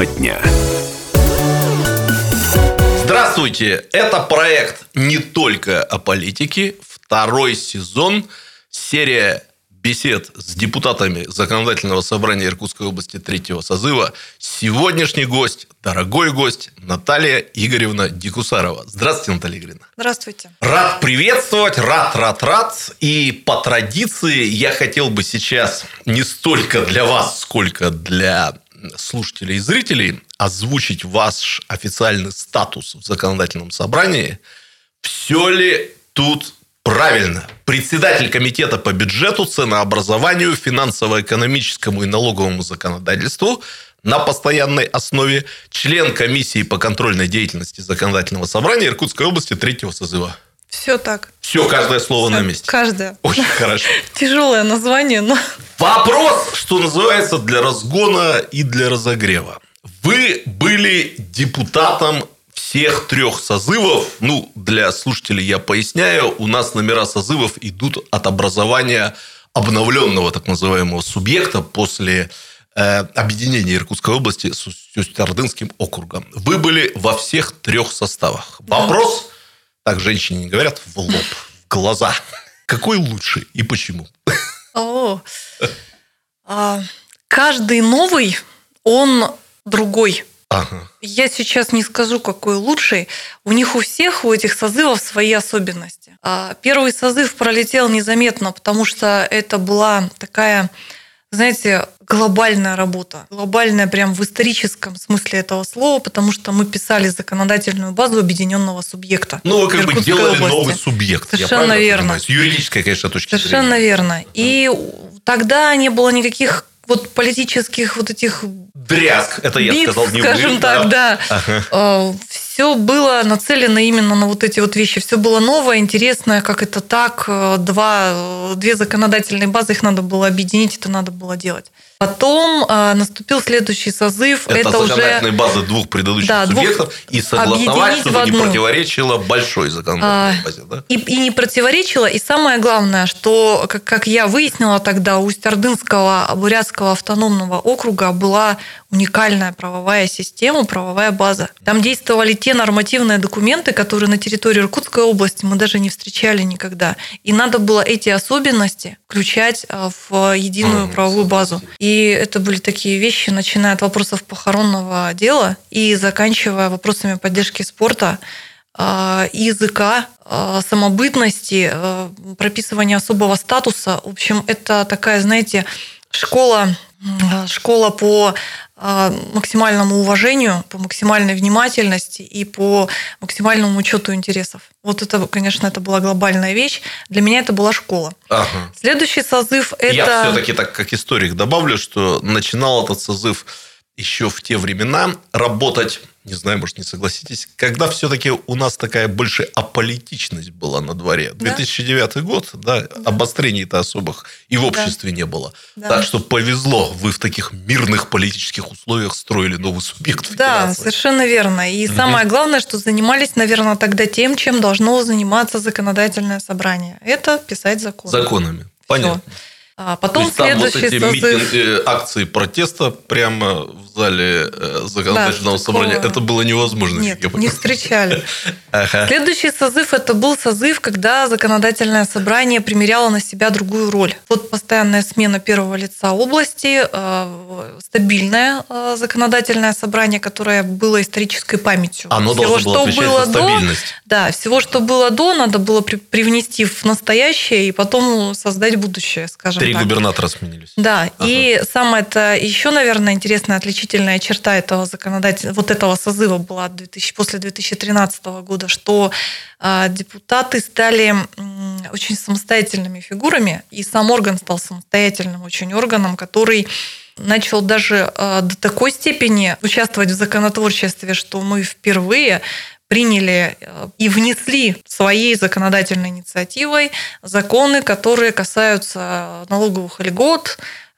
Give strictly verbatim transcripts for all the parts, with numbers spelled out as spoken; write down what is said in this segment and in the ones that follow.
Тема дня. Здравствуйте! Это проект «Не только о политике». Второй сезон. Серия бесед с депутатами Законодательного собрания Иркутской области третьего созыва. Сегодняшний гость, дорогой гость, Наталья Игоревна Дикусарова. Здравствуйте, Наталья Игоревна. Здравствуйте. Рад приветствовать, рад, рад, рад. И по традиции я хотел бы сейчас не столько для вас, сколько для слушателей и зрителей озвучить ваш официальный статус в Законодательном собрании. Все ли тут правильно? Председатель комитета по бюджету, ценообразованию, финансово-экономическому и налоговому законодательству на постоянной основе, член комиссии по контрольной деятельности Законодательного собрания Иркутской области третьего созыва. Все так. Все, каждое слово Все, на месте. Каждое. Очень хорошо. Тяжелое название, но... Вопрос, что называется, для разгона и для разогрева. Вы были депутатом всех трех созывов. Ну, для слушателей я поясняю. У нас номера созывов идут от образования обновленного так называемого субъекта после э, объединения Иркутской области с Усть-Ордынским округом. Вы были во всех трех составах. Вопрос, так женщине не говорят, в лоб, в глаза. Какой лучше и почему? О, а, каждый новый, он другой. Ага. Я сейчас не скажу, какой лучший. У них у всех, у этих созывов свои особенности. А, первый созыв пролетел незаметно, потому что это была такая, знаете, глобальная работа. Глобальная прям в историческом смысле этого слова, потому что мы писали законодательную базу объединенного субъекта. Ну, вы как бы делали области. Новый субъект. Совершенно верно. Понимаю? С юридической, конечно, точки Совершенно зрения. верно. И тогда не было никаких вот политических вот этих... Дрязг, это я битв, сказал, не скажем вы, так, да. Ага. Все было нацелено именно на вот эти вот вещи. Все было новое, интересное, как это так. Два, две законодательные базы, их надо было объединить, это надо было делать. Потом э, наступил следующий созыв. Это, это законодательные уже... базы двух предыдущих да, субъектов. двух... И согласовать, чтобы не одну. противоречило большой законодательной а, базе. Да? И, и не противоречило. И самое главное, что, как, как я выяснила тогда, у Усть-Ордынского Бурятского автономного округа была уникальная правовая система, правовая база. Там действовали те нормативные документы, которые на территории Иркутской области мы даже не встречали никогда. И надо было эти особенности включать в единую mm-hmm. правовую базу. И это были такие вещи, начиная от вопросов похоронного дела и заканчивая вопросами поддержки спорта, языка, самобытности, прописывания особого статуса. В общем, это такая, знаете, школа, школа по максимальному уважению, по максимальной внимательности и по максимальному учету интересов. Вот это, конечно, это была глобальная вещь. Для меня это была школа. Ага. Следующий созыв – это... Я все-таки так, как историк, добавлю, что начинал этот созыв еще в те времена работать, не знаю, может, не согласитесь, когда все-таки у нас такая больше аполитичность была на дворе. две тысячи девятый год, да, да. обострений-то особых и в обществе да. не было. Да. Так что повезло, вы в таких мирных политических условиях строили новый субъект федерации. Да, совершенно верно. И угу. самое главное, что занимались, наверное, тогда тем, чем должно заниматься законодательное собрание. Это писать законы. Законами, понятно. Все. А потом То есть, следующий там вот эти созыв... митинги, акции протеста прямо в зале законодательного да, собрания, такого... это было невозможно. Нет, не встречали. Ага. Следующий созыв – это был созыв, когда законодательное собрание примеряло на себя другую роль. Вот постоянная смена первого лица области, стабильное законодательное собрание, которое было исторической памятью. Оно всего, должно было отвечать за стабильность. До, да, всего, что было до, надо было привнести в настоящее и потом создать будущее, скажем. Три губернатора сменились. Да, ага. и самое-то еще, наверное, интересная отличительная черта этого законодателя, вот этого созыва была после две тысячи тринадцатого года, что депутаты стали очень самостоятельными фигурами, и сам орган стал самостоятельным очень органом, который начал даже до такой степени участвовать в законотворчестве, что мы впервые приняли и внесли своей законодательной инициативой законы, которые касаются налоговых льгот,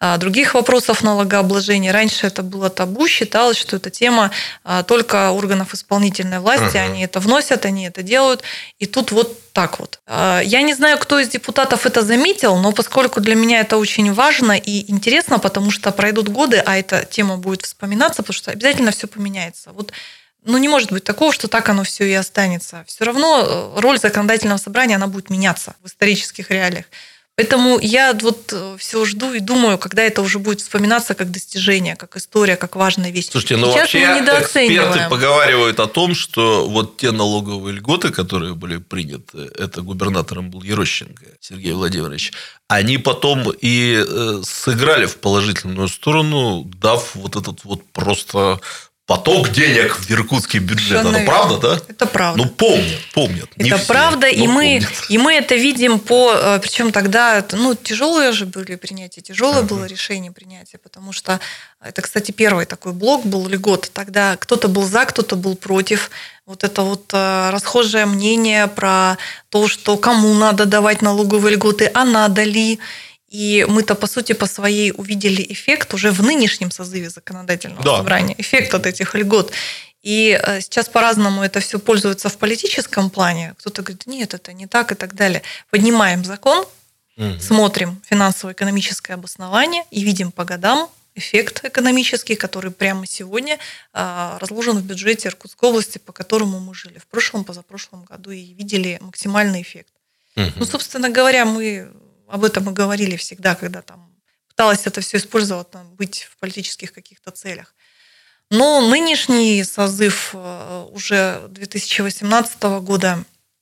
других вопросов налогообложения. Раньше это было табу, считалось, что это тема только органов исполнительной власти, uh-huh. они это вносят, они это делают, и тут вот так вот. Я не знаю, кто из депутатов это заметил, но поскольку для меня это очень важно и интересно, потому что пройдут годы, а эта тема будет вспоминаться, потому что обязательно все поменяется. Вот, ну, не может быть такого, что так оно все и останется. Все равно роль законодательного собрания, она будет меняться в исторических реалиях. Поэтому я вот все жду и думаю, когда это уже будет вспоминаться как достижение, как история, как важная вещь. Слушайте, ну сейчас вообще эксперты поговаривают о том, что вот те налоговые льготы, которые были приняты, это губернатором был Ерощенко Сергей Владимирович, они потом и сыграли в положительную сторону, дав вот этот вот просто... поток денег в иркутский бюджет. Это правда, да? Это правда. Ну, помнят, помнят. Это все, правда, и мы, помнят. и мы это видим по... Причем тогда, ну, тяжелые же были принятия, тяжелое uh-huh. было решение принятия, потому что это, кстати, первый такой блок был льгот. Тогда кто-то был за, кто-то был против. Вот это вот расхожее мнение про то, что кому надо давать налоговые льготы, а надо ли... И мы-то, по сути, по своей увидели эффект уже в нынешнем созыве законодательного да. собрания. Эффект от этих льгот. И сейчас по-разному это все пользуется в политическом плане. Кто-то говорит, нет, это не так и так далее. Поднимаем закон, угу. смотрим финансово-экономическое обоснование и видим по годам эффект экономический, который прямо сегодня разложен в бюджете Иркутской области, по которому мы жили в прошлом, позапрошлом году и видели максимальный эффект. Угу. Ну, собственно говоря, мы... об этом мы говорили всегда, когда там пыталась это все использовать, там, быть в политических каких-то целях. Но нынешний созыв уже две тысячи восемнадцатого года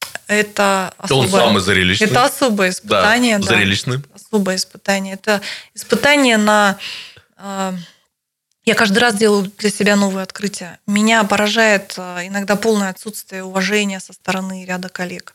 это особое, Он самый зрелищный. Это особое испытание. Да, да, зрелищный. Особое испытание. Это испытание на... Я каждый раз делаю для себя новые открытия. Меня поражает иногда полное отсутствие уважения со стороны ряда коллег.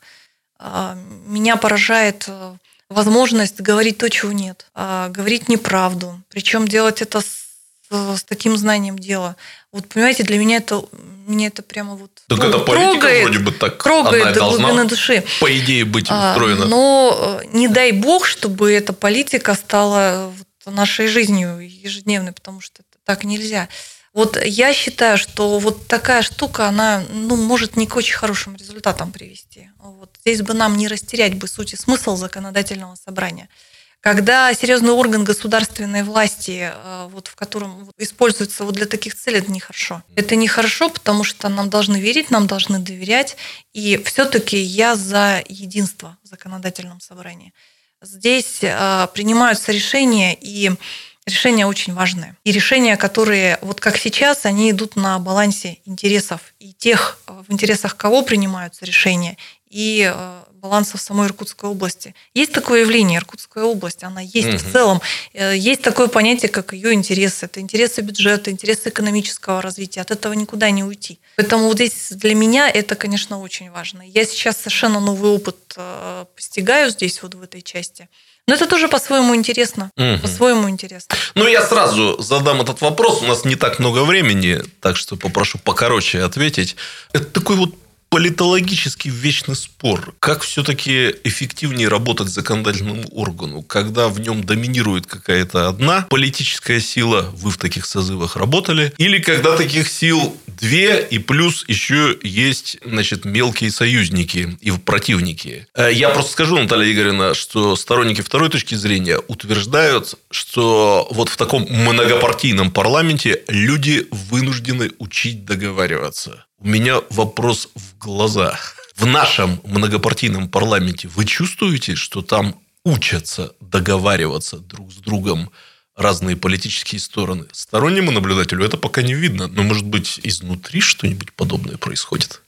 Меня поражает... возможность говорить то, чего нет, а говорить неправду. Причем делать это с, с таким знанием дела. Вот, понимаете, для меня это, меня это прямо вот так ну, это политика трогает, вроде бы так трогает до глубины души. По идее быть устроена. А, но не дай бог, чтобы эта политика стала вот нашей жизнью ежедневной, потому что так нельзя. Вот я считаю, что вот такая штука, она ну, может не к очень хорошим результатам привести. Вот здесь бы нам не растерять бы суть и смысл законодательного собрания. Когда серьезный орган государственной власти, вот, в котором используется вот для таких целей, это нехорошо. Это нехорошо, потому что нам должны верить, нам должны доверять. И все-таки я за единство в законодательном собрании. Здесь принимаются решения, и решения очень важные. И решения, которые, вот как сейчас, они идут на балансе интересов и тех, в интересах кого принимаются решения, и баланса в самой Иркутской области. Есть такое явление, Иркутская область, она есть угу. в целом. Есть такое понятие, как ее интересы. Это интересы бюджета, интересы экономического развития. От этого никуда не уйти. Поэтому вот здесь для меня это, конечно, очень важно. Я сейчас совершенно новый опыт постигаю здесь, вот в этой части. Но это тоже по-своему интересно. Угу. По-своему интересно. Ну, я сразу задам этот вопрос. У нас не так много времени, так что попрошу покороче ответить. Это такой вот политологический вечный спор. Как все-таки эффективнее работать законодательному органу, когда в нем доминирует какая-то одна политическая сила, вы в таких созывах работали, или когда таких сил две, и плюс еще есть, значит, мелкие союзники и противники. Я просто скажу, Наталья Игоревна, что сторонники второй точки зрения утверждают, что вот в таком многопартийном парламенте люди вынуждены учить договариваться. У меня вопрос в глазах. В нашем многопартийном парламенте вы чувствуете, что там учатся договариваться друг с другом разные политические стороны? Стороннему наблюдателю это пока не видно, но, может быть, изнутри что-нибудь подобное происходит?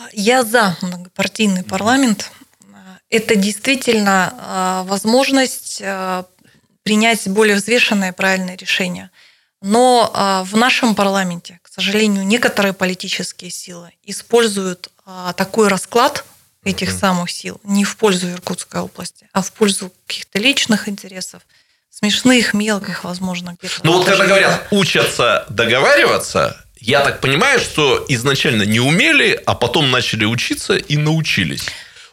Я за многопартийный парламент. Это действительно возможность принять более взвешенное и правильное решение. Но в нашем парламенте, к сожалению, некоторые политические силы используют такой расклад этих mm-hmm. самых сил не в пользу Иркутской области, а в пользу каких-то личных интересов, смешных, мелких, возможно. Ну вот когда говорят «учатся договариваться», я так понимаю, что изначально не умели, а потом начали учиться и научились.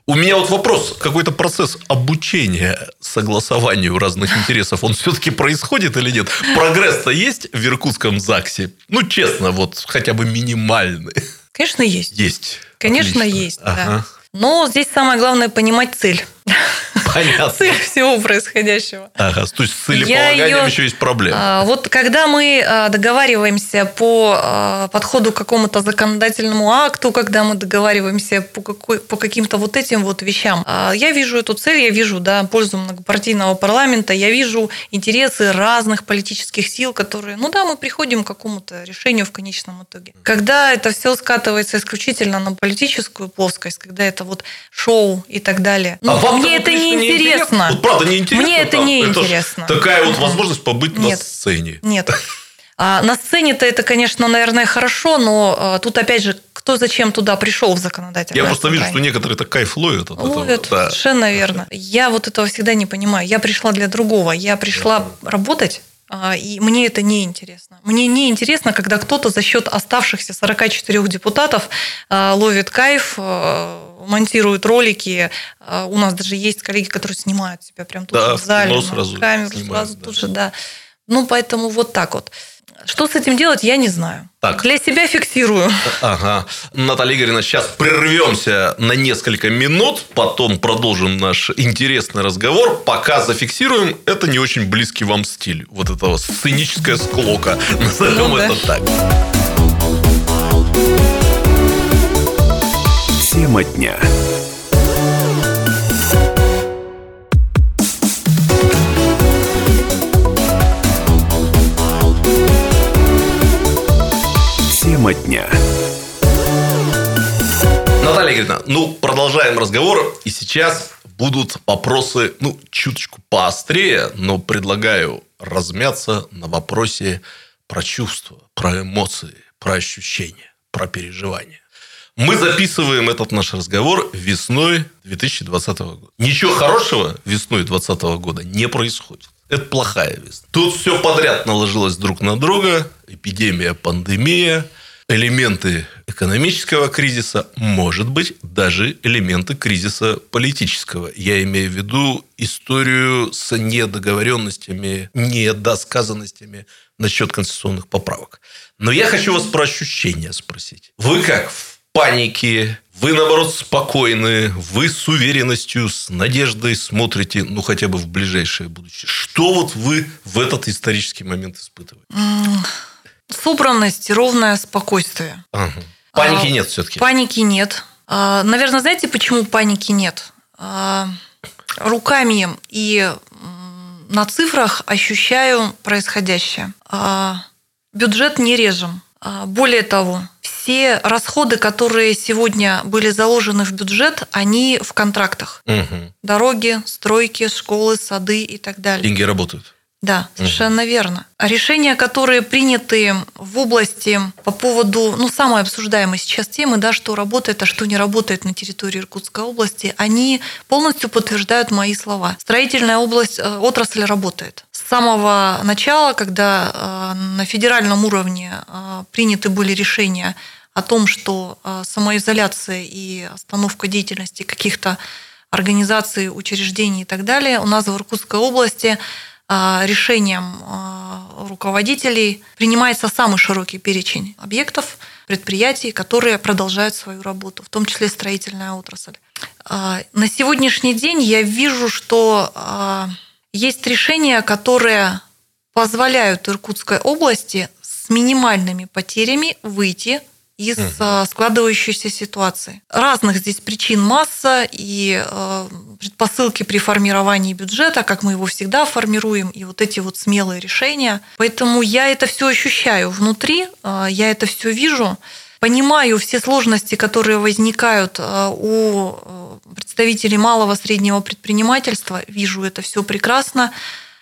У меня вот вопрос. Какой-то процесс обучения согласованию разных интересов, он все-таки происходит или нет? Прогресс-то есть в Иркутском ЗАГСе? Ну, честно, вот хотя бы минимальный. Конечно, есть. Есть. Конечно, Отлично. есть, Ага. да. Но здесь самое главное понимать цель. Понятно. Цель всего происходящего. Ага, то есть с целеполаганием Я ее- еще есть проблема. А, Вот когда мы а, договариваемся по а, подходу к какому-то законодательному акту, когда мы договариваемся по, какой- по каким-то вот этим вот вещам, а, я вижу эту цель, я вижу, да, пользу многопартийного парламента, я вижу интересы разных политических сил, которые, ну да, мы приходим к какому-то решению в конечном итоге. Когда это все скатывается исключительно на политическую плоскость, когда это вот шоу и так далее, ну, А вам мне так это вот лично не интересно. Вот правда не интересно? Мне это там? не ж интересно. Такая вот возможность побыть на Нет. сцене. Нет. А на сцене-то это, конечно, наверное, хорошо, но а, тут опять же, кто зачем туда пришел в законодательное Я просто вижу, что собрание? некоторые так кайф ловят от этого. Ловят, Да. совершенно верно. Я вот этого всегда не понимаю. Я пришла для другого. Я пришла работать, а, и мне это не интересно. Мне не интересно, когда кто-то за счет оставшихся сорока четырёх депутатов а, ловит кайф, а, монтирует ролики. А, У нас даже есть коллеги, которые снимают себя прямо тут Да, в зале, в кино на сразу камеру снимают, сразу да. тут же, да. Ну, поэтому вот так вот. Что с этим делать, я не знаю. Так. Для себя фиксирую. Ага. Наталья Игоревна, сейчас прервемся на несколько минут, потом продолжим наш интересный разговор. Пока зафиксируем, это не очень близкий вам стиль. Вот этого сценическая склока. Назовем Ну да. это так. Тема дня. Тема дня. Наталья Игоревна, ну, продолжаем разговор. И сейчас будут вопросы, ну, чуточку поострее, но предлагаю размяться на вопросе про чувства, про эмоции, про ощущения, про переживания. Мы записываем этот наш разговор весной две тысячи двадцатого года. Ничего хорошего весной две тысячи двадцатого года не происходит. Это плохая весна. Тут все подряд наложилось друг на друга. Эпидемия, пандемия, элементы экономического кризиса, может быть, даже элементы кризиса политического. Я имею в виду историю с недоговоренностями, недосказанностями насчет конституционных поправок. Но я хочу вас про ощущения спросить. Вы как, в панике? Вы, наоборот, спокойны? Вы с уверенностью, с надеждой смотрите, ну, хотя бы в ближайшее будущее? Что вот вы в этот исторический момент испытываете? Собранность, ровное спокойствие. Ага. Паники А, нет все-таки. Паники нет. А, Наверное, знаете, почему паники нет? А, Руками и м, на цифрах ощущаю происходящее. А, Бюджет не режем. А, Более того, все расходы, которые сегодня были заложены в бюджет, они в контрактах. Угу. Дороги, стройки, школы, сады и так далее. Деньги работают. Да, совершенно верно. А решения, которые приняты в области по поводу, ну, самой обсуждаемой сейчас темы, да, что работает, а что не работает на территории Иркутской области, они полностью подтверждают мои слова. Строительная область, э, отрасль работает. С самого начала, когда э, на федеральном уровне э, приняты были решения о том, что э, самоизоляция и остановка деятельности каких-то организаций, учреждений и так далее, у нас в Иркутской области решением руководителей принимается самый широкий перечень объектов, предприятий, которые продолжают свою работу, в том числе строительная отрасль. На сегодняшний день я вижу, что есть решения, которые позволяют Иркутской области с минимальными потерями выйти из угу. складывающейся ситуации. Разных здесь причин масса, и э, предпосылки при формировании бюджета, как мы его всегда формируем, и вот эти вот смелые решения. Поэтому я это все ощущаю внутри, э, я это все вижу, понимаю все сложности, которые возникают э, у представителей малого среднего предпринимательства, вижу это все прекрасно.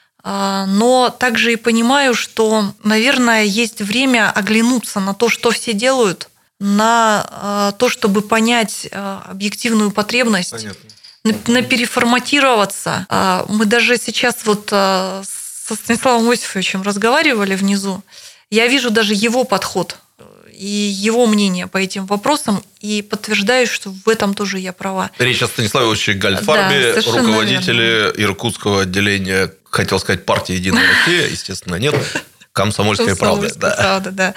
Но также и понимаю, что, наверное, есть время оглянуться на то, что все делают, на то, чтобы понять объективную потребность, на, на переформатироваться. Мы даже сейчас вот со Станиславом Иосифовичем разговаривали внизу. Я вижу даже его подход. и его мнение по этим вопросам, и подтверждаю, что в этом тоже я права. Речь о Станиславе Ильиче Гольдфарбе, Да, руководителе верно. иркутского отделения, хотел сказать, партии «Единая Россия», естественно, нет, «Комсомольская правда». «Комсомольская правда», да.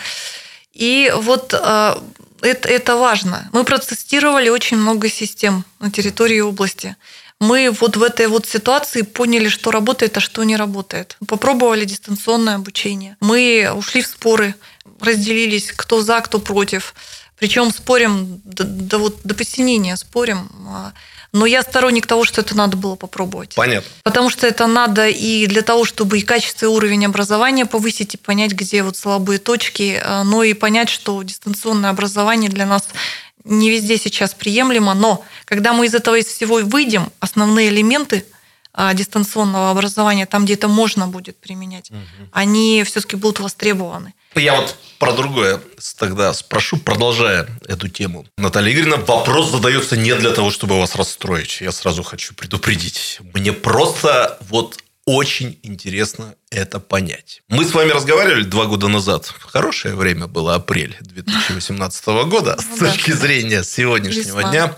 И вот э, это, это важно. Мы протестировали очень много систем на территории области. Мы вот в этой вот ситуации поняли, что работает, а что не работает. Попробовали дистанционное обучение. Мы ушли в споры, разделились, кто за, кто против. Причем спорим до, до, вот, до посинения, спорим. Но я сторонник того, что это надо было попробовать. Понятно. Потому что это надо и для того, чтобы и качество, и уровень образования повысить, и понять, где вот слабые точки, но и понять, что дистанционное образование для нас не везде сейчас приемлемо. Но когда мы из этого из всего выйдем, основные элементы дистанционного образования, там, где это можно будет применять, угу. они все-таки будут востребованы. Я вот про другое тогда спрошу, продолжая эту тему. Наталья Игоревна, вопрос задается не для того, чтобы вас расстроить. Я сразу хочу предупредить. Мне просто вот очень интересно это понять. Мы с вами разговаривали два года назад. Хорошее время было, апрель две тысячи восемнадцатого года, с точки зрения сегодняшнего дня.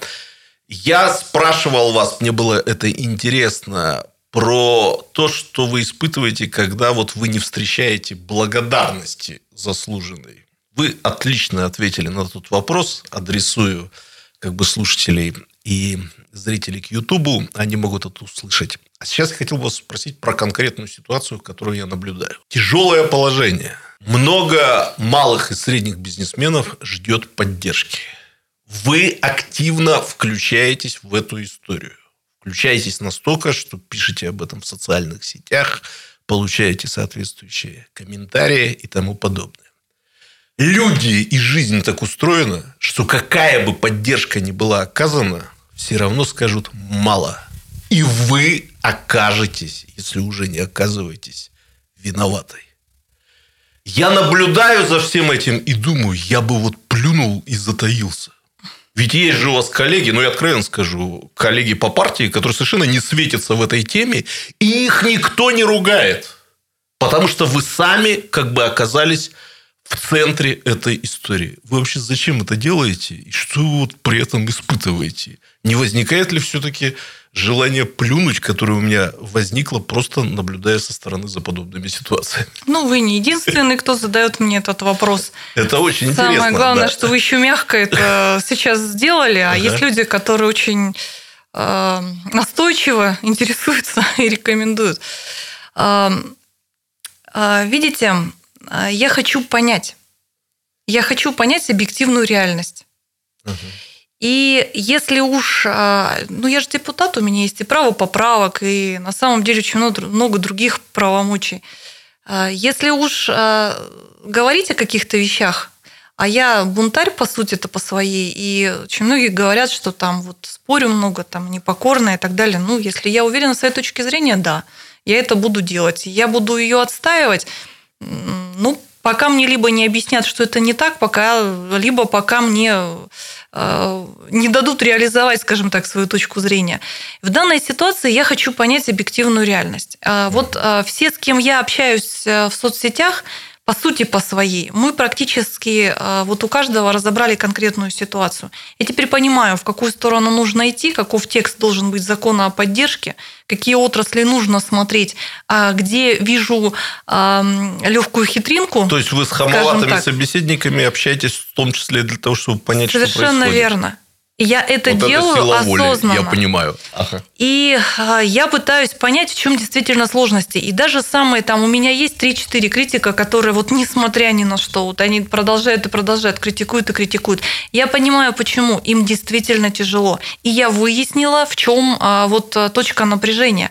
Я спрашивал вас, мне было это интересно, про то, что вы испытываете, когда вот вы не встречаете благодарности заслуженной. Вы отлично ответили на этот вопрос, адресую как бы слушателей и зрителей к Ютубу, они могут это услышать. А сейчас я хотел бы вас спросить про конкретную ситуацию, которую я наблюдаю. Тяжелое положение. Много малых и средних бизнесменов ждет поддержки. Вы активно включаетесь в эту историю. Включаетесь настолько, что пишете об этом в социальных сетях, получаете соответствующие комментарии и тому подобное. Люди и жизнь так устроена, что какая бы поддержка ни была оказана, все равно скажут «мало». И вы окажетесь, если уже не оказываетесь, виноватой. Я наблюдаю за всем этим и думаю, я бы вот плюнул и затаился. Ведь есть же у вас коллеги, ну я откровенно скажу, коллеги по партии, которые совершенно не светятся в этой теме, и их никто не ругает. Потому что вы сами как бы оказались в центре этой истории. Вы вообще зачем это делаете? И что вы вот при этом испытываете? Не возникает ли все-таки желание плюнуть, которое у меня возникло, просто наблюдая со стороны за подобными ситуациями? Ну, вы не единственный, кто задает мне этот вопрос. Это очень интересно. Самое главное, да. что вы еще мягко это сейчас сделали, а ага. есть люди, которые очень э, настойчиво интересуются и рекомендуют. Э, э, видите, я хочу понять. Я хочу понять объективную реальность. Ага. И если уж... Ну, я же депутат, у меня есть и право поправок, и на самом деле очень много других правомочий. Если уж говорить о каких-то вещах, а я бунтарь, по сути-то, по своей, и очень многие говорят, что там вот спорю много, там непокорная и так далее. Ну, если я уверена в своей точке зрения, да, я это буду делать. Я буду ее отстаивать, ну, пока мне либо не объяснят, что это не так, пока, либо пока мне э, не дадут реализовать, скажем так, свою точку зрения. В данной ситуации я хочу понять объективную реальность. Э, вот э, все, с кем я общаюсь в соцсетях, по сути, по своей, мы практически э, вот у каждого разобрали конкретную ситуацию. Я теперь понимаю, в какую сторону нужно идти, каков текст должен быть закона о поддержке, какие отрасли нужно смотреть, где вижу легкую хитринку. То есть вы с хамоватыми собеседниками общаетесь в том числе для того, чтобы понять, Совершенно что происходит? Совершенно верно. Я это вот делаю это сила осознанно. Воли, я понимаю. Ага. И я пытаюсь понять, в чем действительно сложности. И даже самые там, у меня есть три-четыре критика, которые вот несмотря ни на что, вот они продолжают и продолжают, критикуют и критикуют. Я понимаю, почему. Им действительно тяжело. И я выяснила, в чем вот точка напряжения.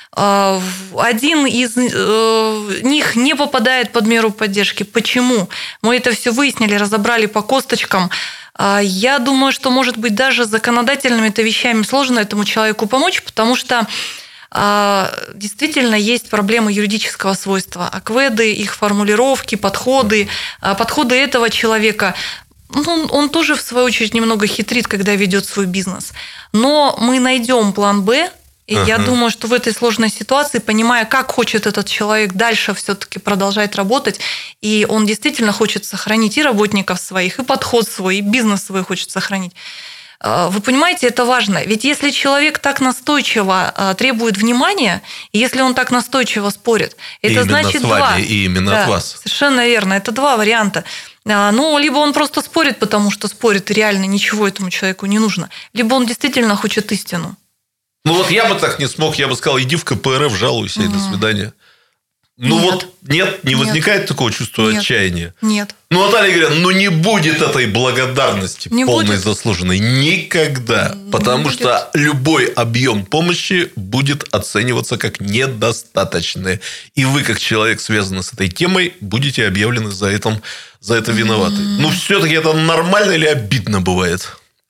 Один из них не попадает под меру поддержки. Почему? Мы это все выяснили, разобрали по косточкам. Я думаю, что, может быть, даже законодательными-то вещами сложно этому человеку помочь, потому что действительно есть проблемы юридического свойства. АКВЭДы, их формулировки, подходы, подходы этого человека. Ну, он тоже, в свою очередь, немного хитрит, когда ведет свой бизнес. Но мы найдем план «Б», И Ага. я думаю, что в этой сложной ситуации, понимая, как хочет этот человек дальше все-таки продолжать работать, и он действительно хочет сохранить и работников своих, и подход свой, и бизнес свой хочет сохранить. Вы понимаете, это важно. Ведь если человек так настойчиво требует внимания, и если он так настойчиво спорит, это именно значит с вами, два. и именно Да, от вас. Совершенно верно. Это два варианта. Ну, либо он просто спорит, потому что спорит, и реально ничего этому человеку не нужно, либо он действительно хочет истину. Ну вот я бы так не смог, я бы сказал, иди в ка пэ эр эф, жалуйся, и до свидания. Ну Нет. вот нет, не Нет. возникает такого чувства Нет. отчаяния. Нет. Ну, Наталья Игоревна, ну не будет этой благодарности Не полной, будет. заслуженной никогда. Не Потому будет. что любой объем помощи будет оцениваться как недостаточный. И вы, как человек, связанный с этой темой, будете объявлены за, этим, за это виноваты. Ну, все-таки это нормально или обидно бывает?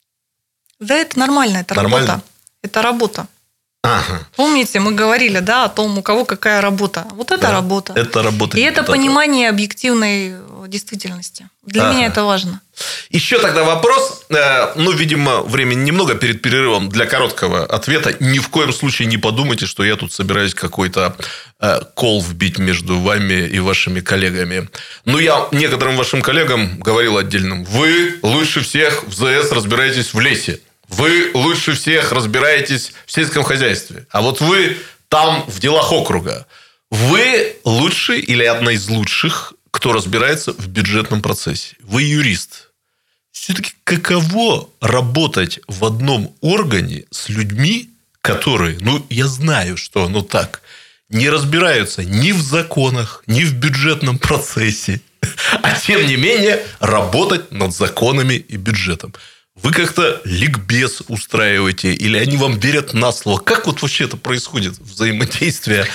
Да, это нормально, это Нормально? работа. Это работа. Ага. Помните, мы говорили, да, о том, у кого какая работа. Вот это Да, работа. Это работа И это депутата. понимание объективной действительности. Для Ага. меня это важно. Еще тогда вопрос. Э, Ну, видимо, времени немного перед перерывом для короткого ответа. Ни в коем случае не подумайте, что я тут собираюсь какой-то э, кол вбить между вами и вашими коллегами. Ну, я некоторым вашим коллегам говорил отдельным. Вы лучше всех в зэ эс разбираетесь в лесе. Вы лучше всех разбираетесь в сельском хозяйстве. А вот вы там в делах округа. Вы лучший или одна из лучших, кто разбирается в бюджетном процессе. Вы юрист. Все-таки каково работать в одном органе с людьми, которые, ну, я знаю, что оно так, не разбираются ни в законах, ни в бюджетном процессе, а тем не менее работать над законами и бюджетом. Вы как-то ликбез устраиваете, или они вам верят на слово? Как вот вообще это происходит, взаимодействие?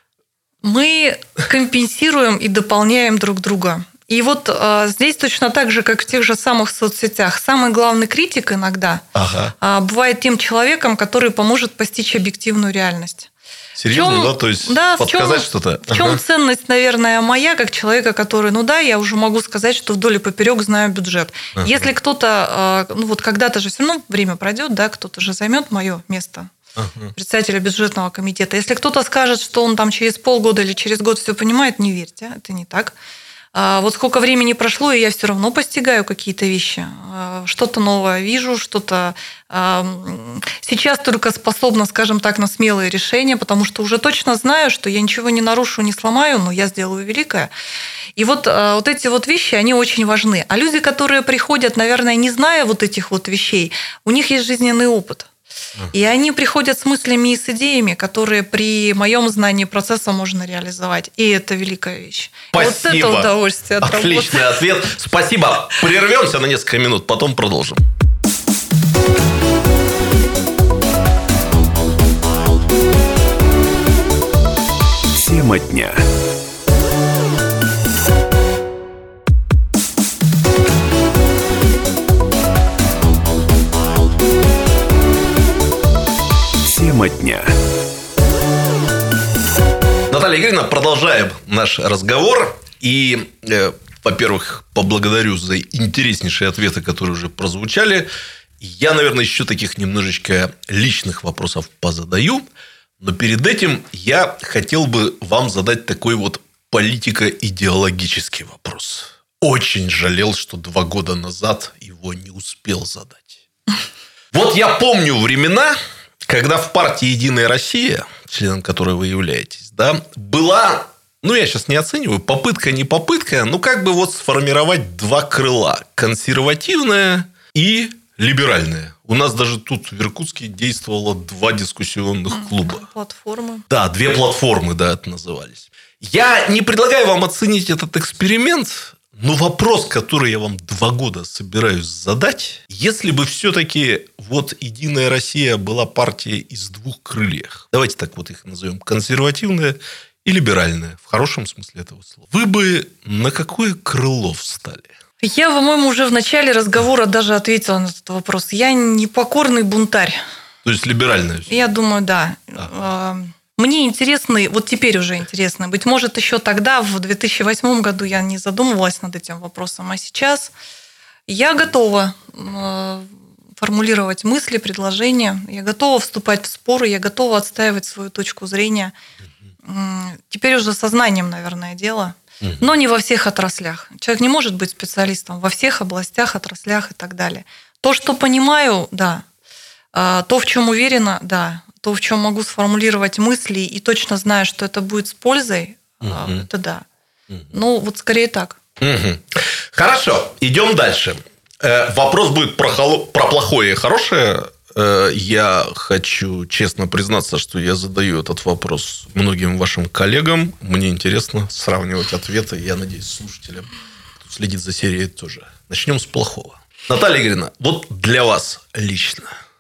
Мы компенсируем и дополняем друг друга. И вот э, здесь точно так же, как в тех же самых соцсетях. Самый главный критик иногда Ага. э, бывает тем человеком, который поможет постичь объективную реальность. Серьезно, В чём- да? То есть да, в подсказать чём- что-то? В чем Ага. ценность, наверное, моя, как человека, который, ну да, я уже могу сказать, что вдоль и поперек знаю бюджет. Ага. Если кто-то, э, ну вот когда-то же все равно время пройдет, да, кто-то же займет мое место Ага. председателя бюджетного комитета. Если кто-то скажет, что он там через полгода или через год все понимает, не верьте, это не так. А вот сколько времени прошло, и я все равно постигаю какие-то вещи. А, Что-то новое вижу, что-то а, м, сейчас только способна, скажем так, на смелые решения, потому что уже точно знаю, что я ничего не нарушу, не сломаю, но я сделаю великое. И вот, а, вот эти вот вещи, они очень важны. А люди, которые приходят, наверное, не зная вот этих вот вещей, у них есть жизненный опыт. И они приходят с мыслями и с идеями, которые при моем знании процесса можно реализовать. И это великая вещь. И вот Спасибо. это удовольствие от работы. Отличный ответ. Спасибо. Прервемся на несколько минут, потом продолжим. Тема дня. Тема дня. Наталья Игоревна, продолжаем наш разговор. И, э, во-первых, поблагодарю за интереснейшие ответы, которые уже прозвучали. Я, наверное, еще таких немножечко личных вопросов позадаю. Но перед этим я хотел бы вам задать такой вот политико-идеологический вопрос. Очень жалел, что два года назад его не успел задать. Вот я помню времена, когда в партии «Единая Россия», членом которой вы являетесь, да, была, ну, я сейчас не оцениваю, попытка, не попытка, ну, как бы вот сформировать два крыла. Консервативное и либеральное. У нас даже тут в Иркутске действовало два дискуссионных клуба. Платформы. Да, две платформы, да, это назывались. Я не предлагаю вам оценить этот эксперимент, но вопрос, который я вам два года собираюсь задать, если бы все-таки вот «Единая Россия» была партией из двух крыльев, давайте так вот их назовем, консервативная и либеральная, в хорошем смысле этого слова, вы бы на какое крыло встали? Я, по-моему, уже в начале разговора даже ответила на этот вопрос. Я непокорный бунтарь. То есть либеральная. Я думаю, да. Ага. Мне интересно, вот теперь уже интересно. Быть может, еще тогда, в две тысячи восьмом году, я не задумывалась над этим вопросом. А сейчас я готова формулировать мысли, предложения, я готова вступать в споры, я готова отстаивать свою точку зрения. Теперь уже сознанием, наверное, дело. Но не во всех отраслях. Человек не может быть специалистом во всех областях, отраслях и так далее. То, что понимаю, да. То, в чем уверена, да. То, в чем могу сформулировать мысли и точно знаю, что это будет с пользой, угу. это да. Угу. Ну, вот скорее так. Угу. Хорошо, идем дальше. Э, вопрос будет про, холо... про плохое и хорошее. Э, я хочу честно признаться, что я задаю этот вопрос многим вашим коллегам. Мне интересно сравнивать ответы. Я надеюсь, слушателям, кто следит за серией, тоже. Начнем с плохого. Наталья Игоревна, вот для вас лично,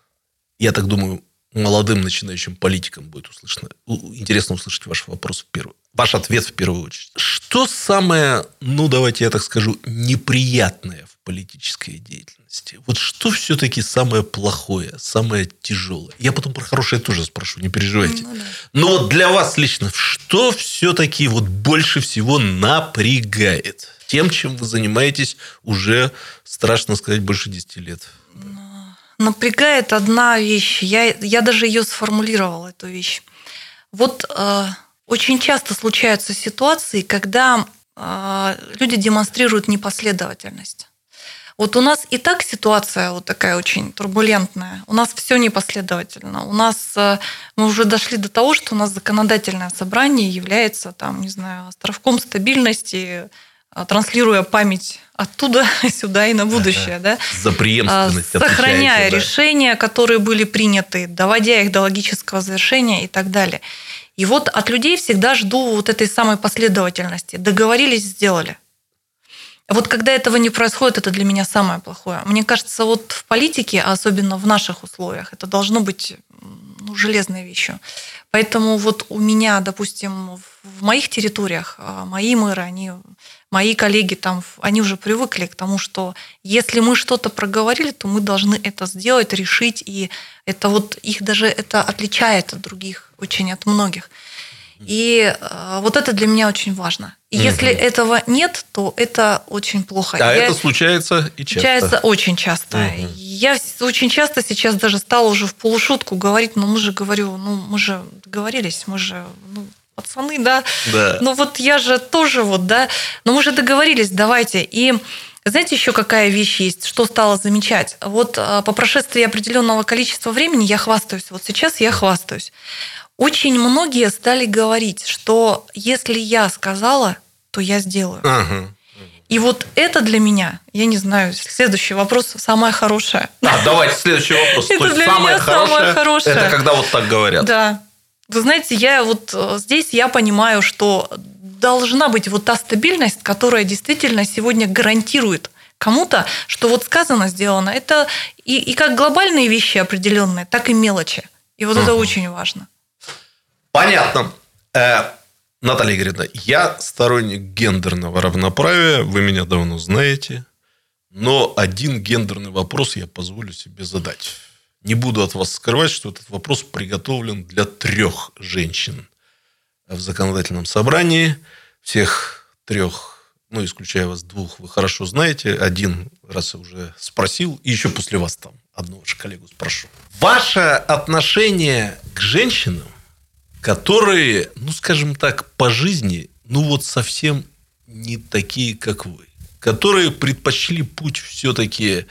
я так думаю, молодым начинающим политикам будет услышано, интересно услышать ваш вопрос в первую, ваш ответ в первую очередь. Что самое, ну давайте я так скажу, неприятное в политической деятельности? Вот что все-таки самое плохое, самое тяжелое? Я потом про хорошее тоже спрошу, не переживайте. Ну, да. Но вот для вас лично, что все-таки вот больше всего напрягает тем, чем вы занимаетесь уже, страшно сказать, больше десяти лет? Напрягает одна вещь. Я, я даже ее сформулировала, эту вещь. Вот э, очень часто случаются ситуации, когда э, люди демонстрируют непоследовательность. Вот у нас и так ситуация вот такая очень турбулентная. У нас все непоследовательно. У нас э, мы уже дошли до того, что у нас законодательное собрание является, там, не знаю, островком стабильности, транслируя память оттуда сюда и на будущее. Да? За преемственность. Сохраняя да. решения, которые были приняты, доводя их до логического завершения и так далее. И вот от людей всегда жду вот этой самой последовательности. Договорились, сделали. Вот когда этого не происходит, это для меня самое плохое. Мне кажется, вот в политике, особенно в наших условиях, это должно быть ну, железной вещью. Поэтому вот у меня, допустим, в моих территориях, мои мэры, они, мои коллеги там, они уже привыкли к тому, что если мы что-то проговорили, то мы должны это сделать, решить, и это вот их даже это отличает от других, очень от многих. И вот это для меня очень важно. И mm-hmm. если этого нет, то это очень плохо. А я... это случается и часто? Случается очень часто. Mm-hmm. Я очень часто сейчас даже стала уже в полушутку говорить, ну мы же, говорю, ну мы же договорились, мы же ну, пацаны, да? Да. Ну вот я же тоже вот, да? Но мы же договорились, давайте. И знаете, еще какая вещь есть, что стала замечать? Вот по прошествии определенного количества времени я хвастаюсь. Вот сейчас я хвастаюсь. Очень многие стали говорить, что если я сказала, то я сделаю. Ага. И вот это для меня, я не знаю, следующий вопрос, самое хорошее. А, давайте следующий вопрос. Это для меня самое хорошее. Это когда вот так говорят. Да. Вы знаете, я вот здесь я понимаю, что должна быть вот та стабильность, которая действительно сегодня гарантирует кому-то, что вот сказано, сделано. Это и, и как глобальные вещи определенные, так и мелочи. И вот uh-huh. это очень важно. Понятно. Э, Наталья Игоревна, я сторонник гендерного равноправия, вы меня давно знаете, но один гендерный вопрос я позволю себе задать. Не буду от вас скрывать, что этот вопрос приготовлен для трех женщин в законодательном собрании. Всех трех, ну, исключая вас двух, вы хорошо знаете. Один раз я уже спросил, и еще после вас там одну вашу коллегу спрошу. Ваше отношение к женщинам, которые, ну, скажем так, по жизни, ну, вот совсем не такие, как вы. Которые предпочли путь все-таки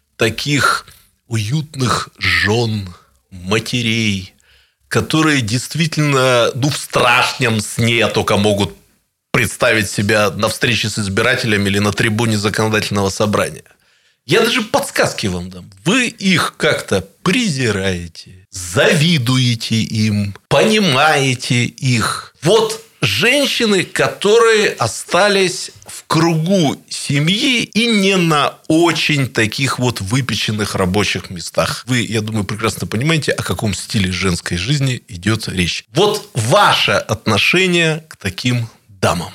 таких уютных жен, матерей, которые действительно, ну, в страшном сне только могут представить себя на встрече с избирателями или на трибуне законодательного собрания. Я даже подсказки вам дам. Вы их как-то презираете, завидуете им, понимаете их. Вот женщины, которые остались в кругу семьи и не на очень таких вот выпеченных рабочих местах. Вы, я думаю, прекрасно понимаете, о каком стиле женской жизни идет речь. Вот ваше отношение к таким дамам.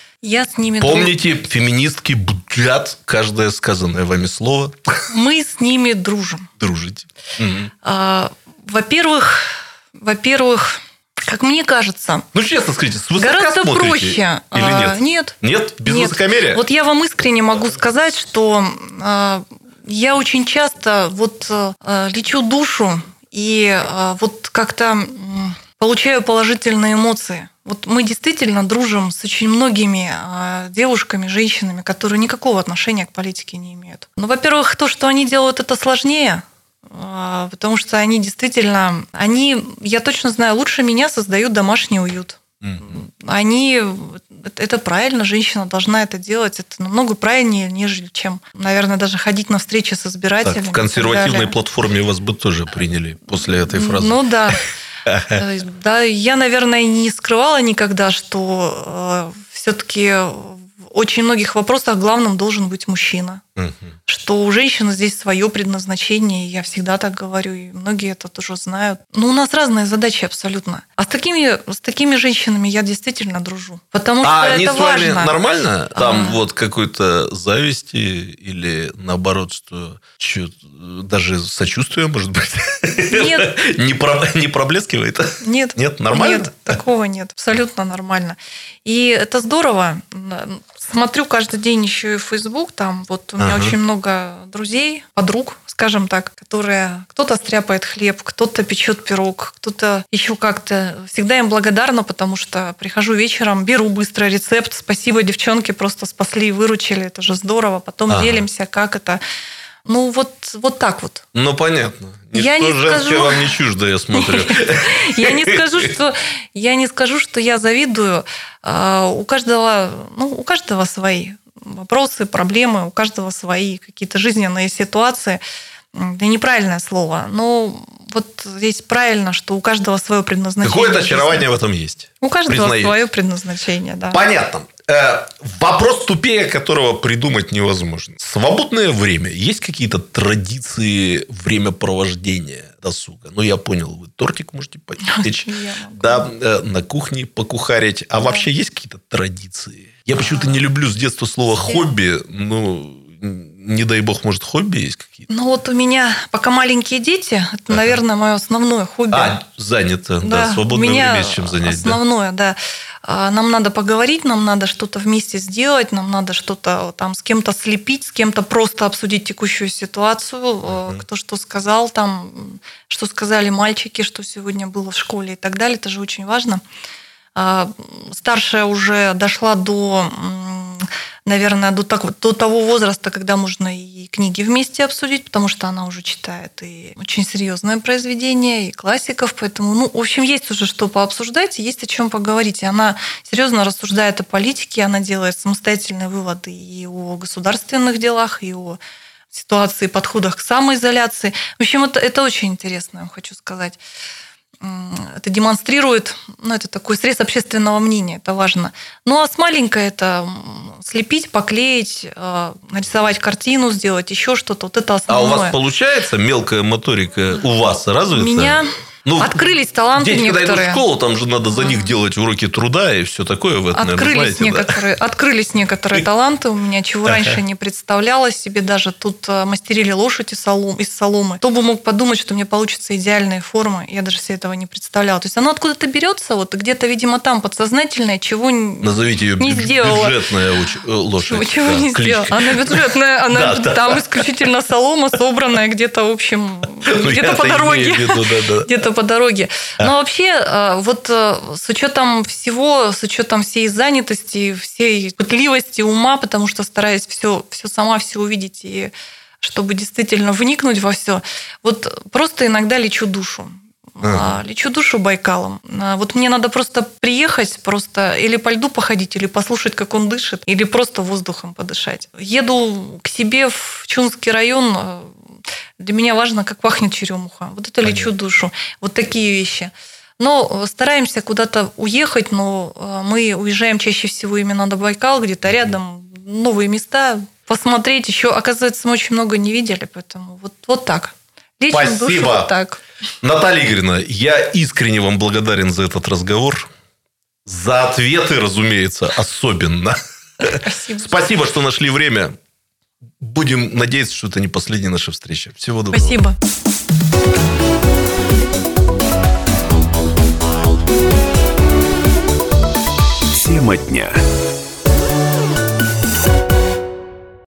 Я с ними Помните, друж... феминистки бдят каждое сказанное вами слово. Мы с ними дружим. Дружите. Угу. А, во-первых, во-первых, как мне кажется... Ну, честно скажите, с высока гораздо смотрите проще. Или нет? А, нет. Нет? Без нет. высокомерия? Вот я вам искренне могу сказать, что а, я очень часто вот э, лечу душу и э, вот как-то э, получаю положительные эмоции. Вот мы действительно дружим с очень многими э, девушками, женщинами, которые никакого отношения к политике не имеют. Ну, во-первых, то, что они делают, это сложнее, э, потому что они действительно, они, я точно знаю, лучше меня создают домашний уют. Mm-hmm. Они, это правильно, женщина должна это делать, это намного правильнее, нежели чем, наверное, даже ходить на встречи с избирателями. Так, в консервативной платформе вас бы тоже приняли после этой фразы. Ну да. Да, я, наверное, не скрывала никогда, что все-таки в очень многих вопросах главным должен быть мужчина. Угу. Что у женщины здесь свое предназначение, я всегда так говорю, и многие это тоже знают. Но у нас разные задачи абсолютно. А с такими, с такими женщинами я действительно дружу. Потому а что они это с вами важно. Нормально? Там а... вот какой-то зависти или наоборот, что, что даже сочувствие, может быть? Нет. Не, про... не проблескивает? Нет. Нет, нормально? Нет, такого нет. Абсолютно нормально. И это здорово. Смотрю каждый день еще и в Facebook, там вот у меня ага. очень много друзей, подруг, скажем так, которые кто-то стряпает хлеб, кто-то печет пирог, кто-то еще как-то. Всегда им благодарна, потому что прихожу вечером, беру быстро рецепт, спасибо, девчонки, просто спасли, выручили, это же здорово, потом ага. делимся, как это. Ну, вот, вот так вот. Ну, понятно. Ничто я не женское скажу... вам не чуждо, я смотрю. Я не скажу, что я не скажу, что я завидую. У каждого, ну, у каждого свои вопросы, проблемы, у каждого свои какие-то жизненные ситуации. Это неправильное слово, но вот здесь правильно, что у каждого свое предназначение. Какое-то очарование в этом есть. У каждого Признаете. Свое предназначение, да. Понятно. Э, вопрос тупее, которого придумать невозможно. Свободное время. Есть какие-то традиции времяпровождения досуга? Ну, я понял, вы тортик можете печь, да, э, на кухне покухарить. А да. вообще есть какие-то традиции? Я почему-то не люблю с детства слово «хобби». Ну, не дай бог, может, хобби есть какие-то? Ну, вот у меня пока маленькие дети, это, ага. наверное, мое основное хобби. А, занято, да, да свободное время есть чем занять. Основное, да. да. Нам надо поговорить, нам надо что-то вместе сделать, нам надо что-то там с кем-то слепить, с кем-то просто обсудить текущую ситуацию, ага. кто что сказал, там, что сказали мальчики, что сегодня было в школе и так далее. Это же очень важно. Старшая уже дошла до, наверное, до, так, до того возраста, когда можно и книги вместе обсудить, потому что она уже читает и очень серьезное произведение, и классиков, поэтому, ну, в общем, есть уже что пообсуждать, и есть о чем поговорить. И она серьезно рассуждает о политике, она делает самостоятельные выводы и о государственных делах, и о ситуации, подходах к самоизоляции. В общем, это, это очень интересно, я вам хочу сказать. Это демонстрирует, ну, это такой срез общественного мнения, это важно. Ну, а с маленькой это слепить, поклеить, нарисовать картину, сделать еще что-то. Вот это основное. А у вас получается мелкая моторика у вас развита? У меня... Ну, открылись таланты дети, некоторые. Когда идут в школу, там же надо за них делать уроки труда и все такое. Вы это, открылись, наверное, знаете, некоторые, да? Открылись некоторые таланты у меня, чего раньше не представлялось себе. Даже тут мастерили лошадь из соломы. Кто бы мог подумать, что у меня получится идеальная форма. Я даже себе этого не представляла. То есть оно откуда-то берется, вот где-то, видимо, там подсознательное, чего Назовите ее не сделала. Бюджетная лошадь. Чего, чего да, не сделала. Она бюджетная, она да, там да. исключительно солома, собранная где-то, в общем, ну, где-то по дороге. Виду, да, да. Где-то по дороге. Но вообще, вот с учетом всего, с учетом всей занятости, всей пытливости ума, потому что стараюсь все, все сама все увидеть, и чтобы действительно вникнуть во все, вот просто иногда лечу душу. Ага. Лечу душу Байкалом. Вот мне надо просто приехать, просто или по льду походить, или послушать, как он дышит, или просто воздухом подышать. Еду к себе в Чунский район. Для меня важно, как пахнет черемуха. Вот это лечу душу. Вот такие вещи. Но стараемся куда-то уехать, но мы уезжаем чаще всего именно на Байкал, где-то рядом, новые места, посмотреть. Еще, оказывается, мы очень много не видели, поэтому вот, вот так. Лечим Спасибо. Душу вот так. Наталья Игоревна, я искренне вам благодарен за этот разговор. За ответы, разумеется, особенно. Спасибо. Спасибо, что нашли время. Будем надеяться, что это не последняя наша встреча. Всего доброго. Спасибо. Тема дня.